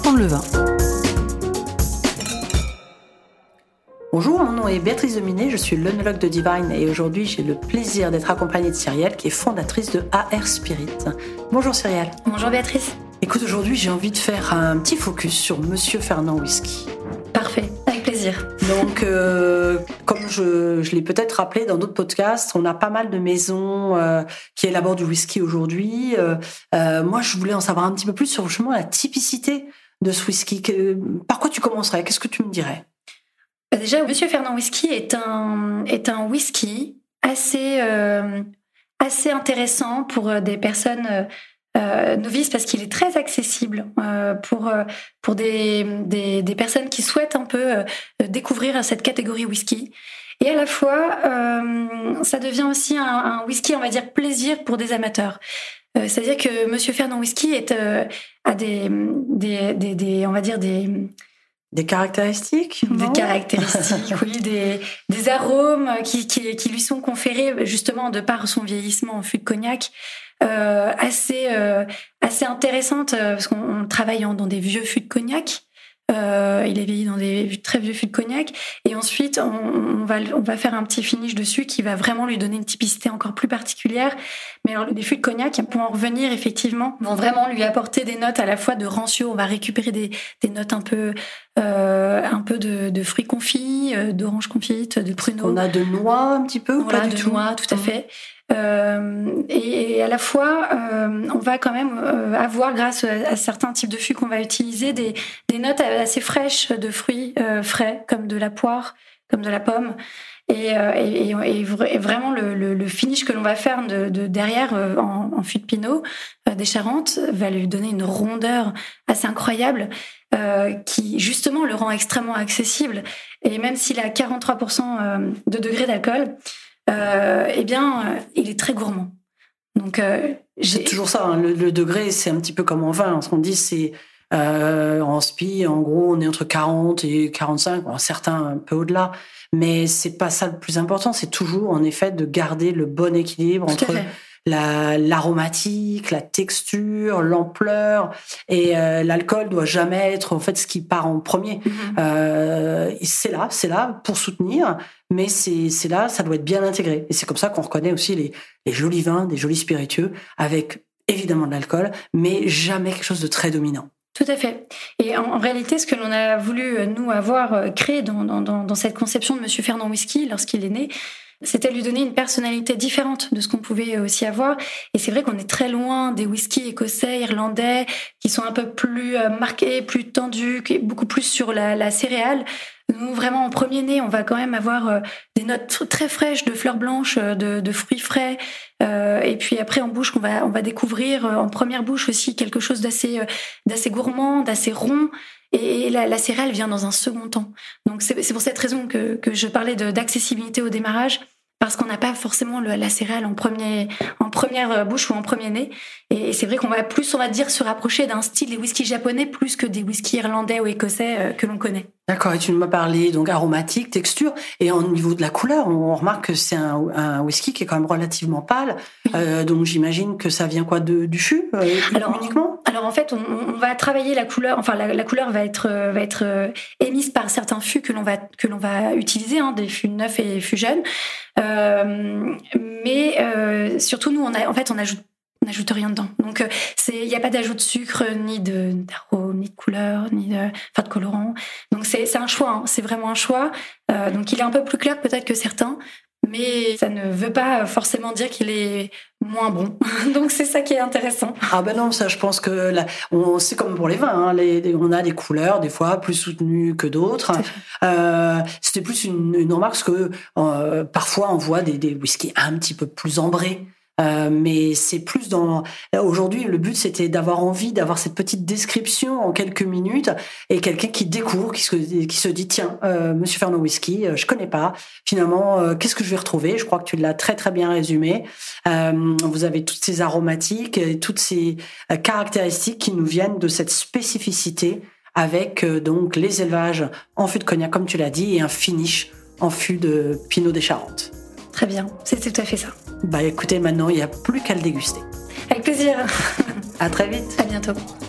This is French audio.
Apprendre le vin. Bonjour, mon nom est Béatrice Dominé, je suis l'œnologue de Divine et aujourd'hui j'ai le plaisir d'être accompagnée de Cyrielle qui est fondatrice de AR Spirit. Bonjour Cyrielle. Bonjour Béatrice. Écoute, aujourd'hui j'ai envie de faire un petit focus sur Monsieur Fernand Whisky. Parfait, avec plaisir. Donc, comme je l'ai peut-être rappelé dans d'autres podcasts, on a pas mal de maisons qui élaborent du whisky aujourd'hui. Moi, je voulais en savoir un petit peu plus sur justement la typicité de ce whisky. Par quoi tu commencerais ? Qu'est-ce que tu me dirais ? Déjà, Monsieur Fernand Whisky est un whisky assez intéressant pour des personnes novices parce qu'il est très accessible pour des personnes qui souhaitent un peu découvrir cette catégorie whisky. Et à la fois, ça devient aussi un whisky, on va dire, plaisir pour des amateurs. C'est-à-dire que Monsieur Fernand Whisky a on va dire des caractéristiques, des caractéristiques, oui, des arômes qui lui sont conférés justement de par son vieillissement en fût de cognac, assez intéressante parce qu'on travaille dans des vieux fûts de cognac. Il est vieilli dans des très vieux fûts de cognac et ensuite on va faire un petit finish dessus qui va vraiment lui donner une typicité encore plus particulière. Mais alors les fûts de cognac, pour en revenir effectivement, vont vraiment lui apporter des notes à la fois de rancio. On va récupérer des notes un peu de fruits confits, d'oranges confites, de pruneaux. On a de noix un petit peu ou voilà, pas du tout ? Noix, tout à fait. Et à la fois, on va quand même avoir, grâce à certains types de fûts qu'on va utiliser, des notes assez fraîches de fruits frais, comme de la poire, comme de la pomme. Et vraiment, le finish que l'on va faire de derrière en fût de pinot des Charentes va lui donner une rondeur assez incroyable qui, justement, le rend extrêmement accessible. Et même s'il a 43% de degré d'alcool, il est très gourmand. Donc, c'est toujours ça, hein, le degré, c'est un petit peu comme en vin. Ce qu'on dit, c'est en spi, en gros, on est entre 40 et 45, bon, certains un peu au-delà. Mais c'est pas ça le plus important. C'est toujours, en effet, de garder le bon équilibre entre l'aromatique, la texture, l'ampleur, et l'alcool doit jamais être en fait ce qui part en premier. C'est là pour soutenir, mais c'est là, ça doit être bien intégré. Et c'est comme ça qu'on reconnaît aussi les jolis vins, des jolis spiritueux, avec évidemment de l'alcool, mais jamais quelque chose de très dominant. Tout à fait. Et en réalité, ce que l'on a voulu, nous, avoir créé dans cette conception de Monsieur Fernand Whisky, lorsqu'il est né, c'était lui donner une personnalité différente de ce qu'on pouvait aussi avoir. Et c'est vrai qu'on est très loin des whiskies écossais, irlandais, qui sont un peu plus marqués, plus tendus, beaucoup plus sur la céréale. Nous, vraiment, en premier nez, on va quand même avoir des notes très fraîches de fleurs blanches, de fruits frais. Et puis après, en bouche, on va découvrir en première bouche aussi quelque chose d'assez gourmand, d'assez rond. Et la céréale vient dans un second temps. Donc c'est pour cette raison que je parlais d'accessibilité au démarrage, parce qu'on n'a pas forcément la céréale en première bouche ou en premier nez. Et c'est vrai qu'on va plus, on va dire, se rapprocher d'un style des whiskies japonais plus que des whiskies irlandais ou écossais que l'on connaît. D'accord, et tu m'as parlé donc aromatique, texture, et au niveau de la couleur, on remarque que c'est un whisky qui est quand même relativement pâle, donc j'imagine que ça vient quoi du fût uniquement ? Alors en fait, on va travailler la couleur. Enfin, la couleur va être émise par certains fûts que l'on va utiliser, hein, des fûts neufs et fûts jeunes. Mais surtout, nous, on n'ajoute rien dedans. Donc, il n'y a pas d'ajout de sucre, ni d'arôme, ni de couleur, de colorant. Donc, c'est un choix. Hein. C'est vraiment un choix. Donc, il est un peu plus clair peut-être que certains, mais ça ne veut pas forcément dire qu'il est moins bon. Donc, c'est ça qui est intéressant. Ah ben non, ça, je pense que c'est comme pour les vins. Hein, on a des couleurs, des fois, plus soutenues que d'autres. C'était plus une remarque, parce que parfois, on voit des whiskies un petit peu plus ambrés. Mais c'est plus aujourd'hui, le but, c'était d'avoir envie d'avoir cette petite description en quelques minutes, et quelqu'un qui découvre, qui se dit tiens, Monsieur Fernand Whisky, je connais pas. Finalement, qu'est-ce que je vais retrouver ? Je crois que tu l'as très très bien résumé. Vous avez toutes ces aromatiques, et toutes ces caractéristiques qui nous viennent de cette spécificité, avec donc les élevages en fût de cognac, comme tu l'as dit, et un finish en fût de Pinot des Charentes. Très bien, c'est tout à fait ça. Bah écoutez, maintenant, il n'y a plus qu'à le déguster. Avec plaisir. À très vite. À bientôt.